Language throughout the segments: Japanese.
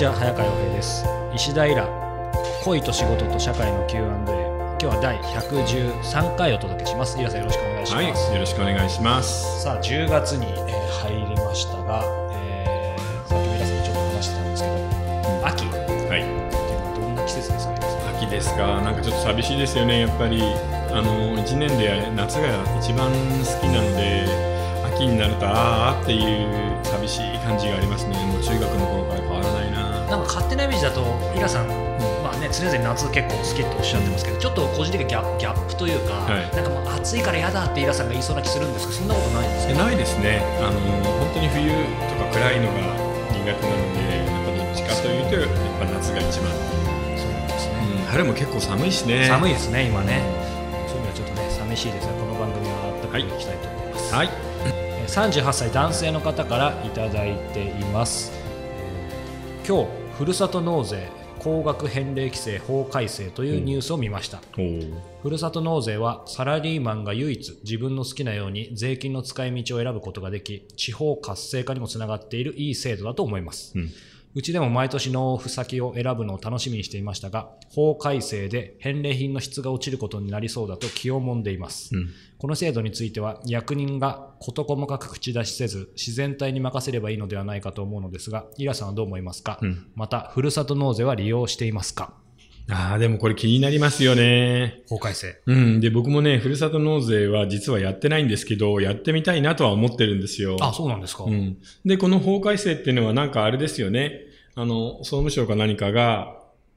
ちは、早川洋平です。石田イラ恋と仕事と社会の Q&A、 今日は第113回お届けします。イラさん、よろしくお願いします。 はい、よろしくお願いします。 さあ、10月に、入りましたが、さっきもイラさんにちょっと話してたんですけど、秋、はい、どんな季節ですか？ 秋ですか。なんかちょっと寂しいですよね。やっぱり1年で夏が一番好きなので、秋になるとっていう寂しい感じがありますね。もう中学の頃から変わらないな。 なんか勝手なイメージだとイラさん、まあね、常々夏結構好きっておっしゃってますけど、ちょっと個人的にギャップというか、なんかもう暑いから嫌だってイラさんが言いそうな気するんですけど、そんなことないんですか？ ないですね。本当に冬とか暗いのが苦手なので、やっぱどっちかというとやっぱ夏が一番。 そうなんですね。 春も結構寒いしね。 寒いですね今ね。そういうのはちょっとね寂しいですが、この番組は温かくいきたいと思います。はい。38歳男性の方からいただいています。今日ふるさと納税高額返礼規制法改正というニュースを見ました。ふるさと納税はサラリーマンが唯一自分の好きなように税金の使い道を選ぶことができ、地方活性化にもつながっているいい制度だと思います。うちでも毎年納付先を選ぶのを楽しみにしていましたが、法改正で返礼品の質が落ちることになりそうだと気をもんでいます。この制度については役人が事細かく口出しせず自然体に任せればいいのではないかと思うのですが、イラさんはどう思いますか？またふるさと納税は利用していますか？ でもこれ気になりますよね。 法改正。 で、僕もね、ふるさと納税は実はやってないんですけど、やってみたいなとは思ってるんですよ。 そうなんですか。 で、この法改正っていうのはなんかあれですよね。総務省か何かが、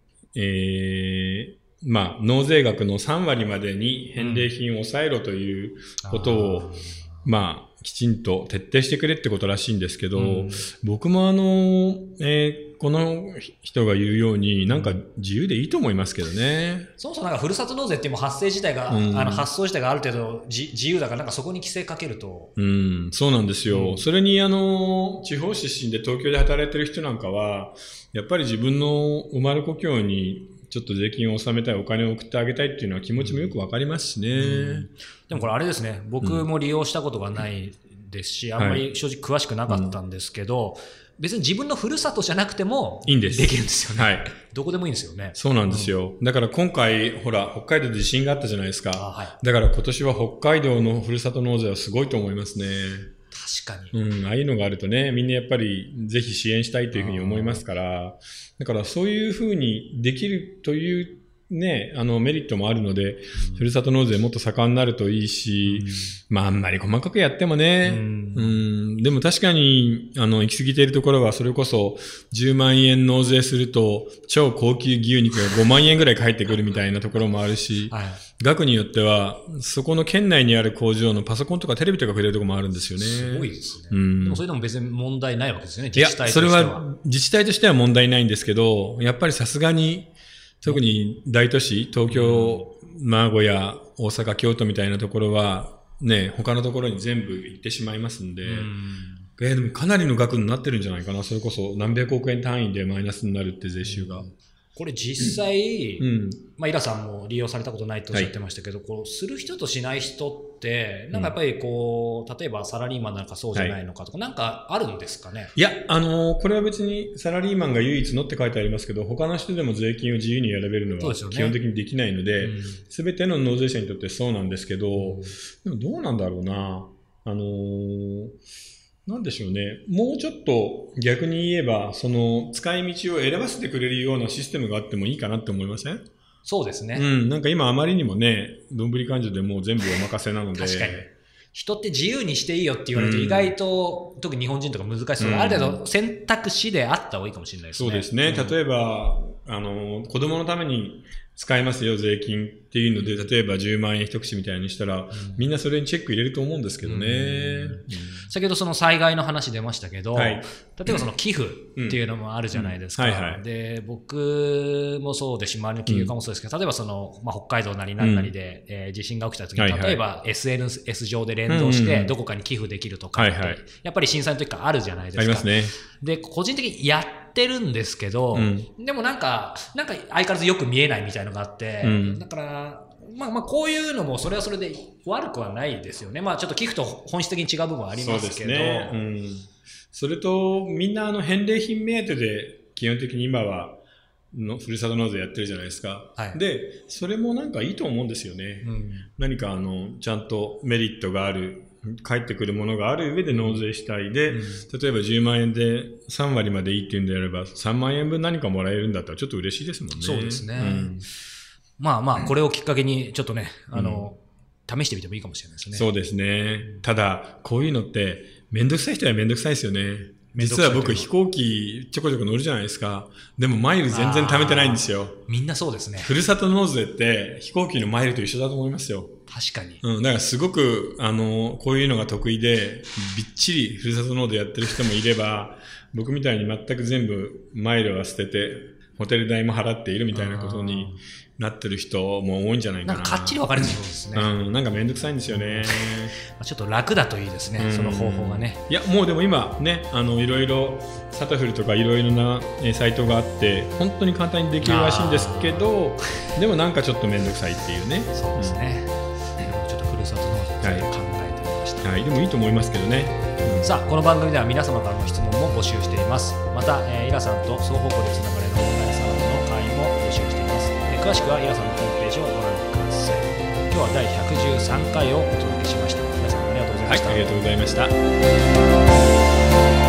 納税額の3割までに返礼品を抑えろということを、きちんと徹底してくれってことらしいんですけど、僕もこの人が言うように、なんか自由でいいと思いますけどね。 そもそもなんかふるさと納税っていう発生自体が、発想自体がある程度自由だから、なんかそこに規制かけると。 そうなんですよ。それに地方出身で東京で働いてる人なんかは、やっぱり自分の生まれ故郷にちょっと税金を納めたい、お金を送ってあげたいっていうのは気持ちもよくわかりますしね。 でもこれあれですね、僕も利用したことがないですし、あんまり正直詳しくなかったんですけど、別に自分のふるさとじゃなくてもできるんですよね。どこでもいいんですよね。 そうなんですよ。だから今回、ほら、北海道で地震があったじゃないですか。だから今年は北海道のふるさと納税はすごいと思いますね。 確かに。 ああいうのがあるとね、みんなやっぱりぜひ支援したいというふうに思いますから、だからそういうふうにできるというね、メリットもあるので、ふるさと納税もっと盛んになるといいし、あんまり細かくやってもね、でも確かに、行き過ぎているところは、それこそ10万円納税すると、超高級牛肉が5万円ぐらい返ってくるみたいなところもあるし、額によっては、そこの県内にある工場のパソコンとかテレビとかくれるところもあるんですよね。 すごいですね。でもそれでも別に問題ないわけですよね、 自治体としては。いや、それは自治体としては問題ないんですけど、やっぱりさすがに、特に大都市、東京、名古屋、大阪、京都みたいなところは、ね、他のところに全部行ってしまいますんで、でもかなりの額になってるんじゃないかな。それこそ何百億円単位でマイナスになるって税収が。 これ実際、イラさんも利用されたことないとおっしゃってましたけど、する人としない人って、なんかやっぱり例えばサラリーマンなんかそうじゃないのかとか、なんかあるんですかね？ いや、これは別にサラリーマンが唯一のって書いてありますけど、他の人でも税金を自由に選べるのは基本的にできないので、すべての納税者にとってそうなんですけど、でもどうなんだろうな。なんでしょうね。もうちょっと逆に言えば、その使い道を選ばせてくれるようなシステムがあってもいいかなって思いません？ そうですね。 なんか今あまりにもね、どんぶり勘定でもう全部お任せなので。 確かに。人って自由にしていいよって言われると意外と、特に日本人とか難しそう。ある程度選択肢であった方がいいかもしれないですね。 そうですね。例えば、子供のために使えますよ、税金っていうので、例えば10万円一口みたいにしたら、みんなそれにチェック入れると思うんですけどね。 先ほどその災害の話出ましたけど、例えばその寄付っていうのもあるじゃないですか。で、僕もそうですし、周りの企業家もそうですけど、例えばその、北海道なり何なりで、地震が起きた時に、例えば SNS 上で連動してどこかに寄付できるとかって、やっぱり震災の時からあるじゃないですか。 ありますね。 で、個人的にやってるんですけど、でもなんか相変わらずよく見えないみたいなのがあって、だから、こういうのもそれはそれで悪くはないですよね。ちょっと寄付と本質的に違う部分はありますけど。 それと、みんな返礼品目当てで寄基本的に今はのふるさと納税やってるじゃないですか、はい、でそれもなんかいいと思うんですよね、何かちゃんとメリットがある、返ってくるものがある上で納税したいで、例えば10万円で3割までいいっていうんであれば3万円分何かもらえるんだったらちょっと嬉しいですもんね。 そうですね、まあこれをきっかけにちょっとね試してみてもいいかもしれないですね。 そうですね。ただこういうのってめんどくさい人はめんどくさいですよね。実は僕飛行機ちょこちょこ乗るじゃないですか。でもマイル全然貯めてないんですよ。 みんなそうですね。 ふるさと納税って飛行機のマイルと一緒だと思いますよ。 確かに。 だからすごくこういうのが得意でびっちりふるさと納税やってる人もいれば、僕みたいに全く全部マイルは捨ててホテル代も払っているみたいなことになってる人も多いんじゃないかな。 なんかかっちり分かれてそうですね。 なんかめんどくさいんですよね。 ちょっと楽だといいですね、その方法がね。 いやもうでも今ねいろいろサタフルとかいろいろなサイトがあって本当に簡単にできるらしいんですけど、でもなんかちょっとめんどくさいっていうね。 そうですね、ちょっとふるさと納税を考えてみました、 でもいいと思いますけどね。 さあこの番組では皆様からの質問も募集しています。また、イラさんと双方向でつながれるオンラインサロンの会員も募集しています。詳しくはイラさんのホームページをご覧ください。今日は第113回をお届けしました。皆さんありがとうございました。 ありがとうございました。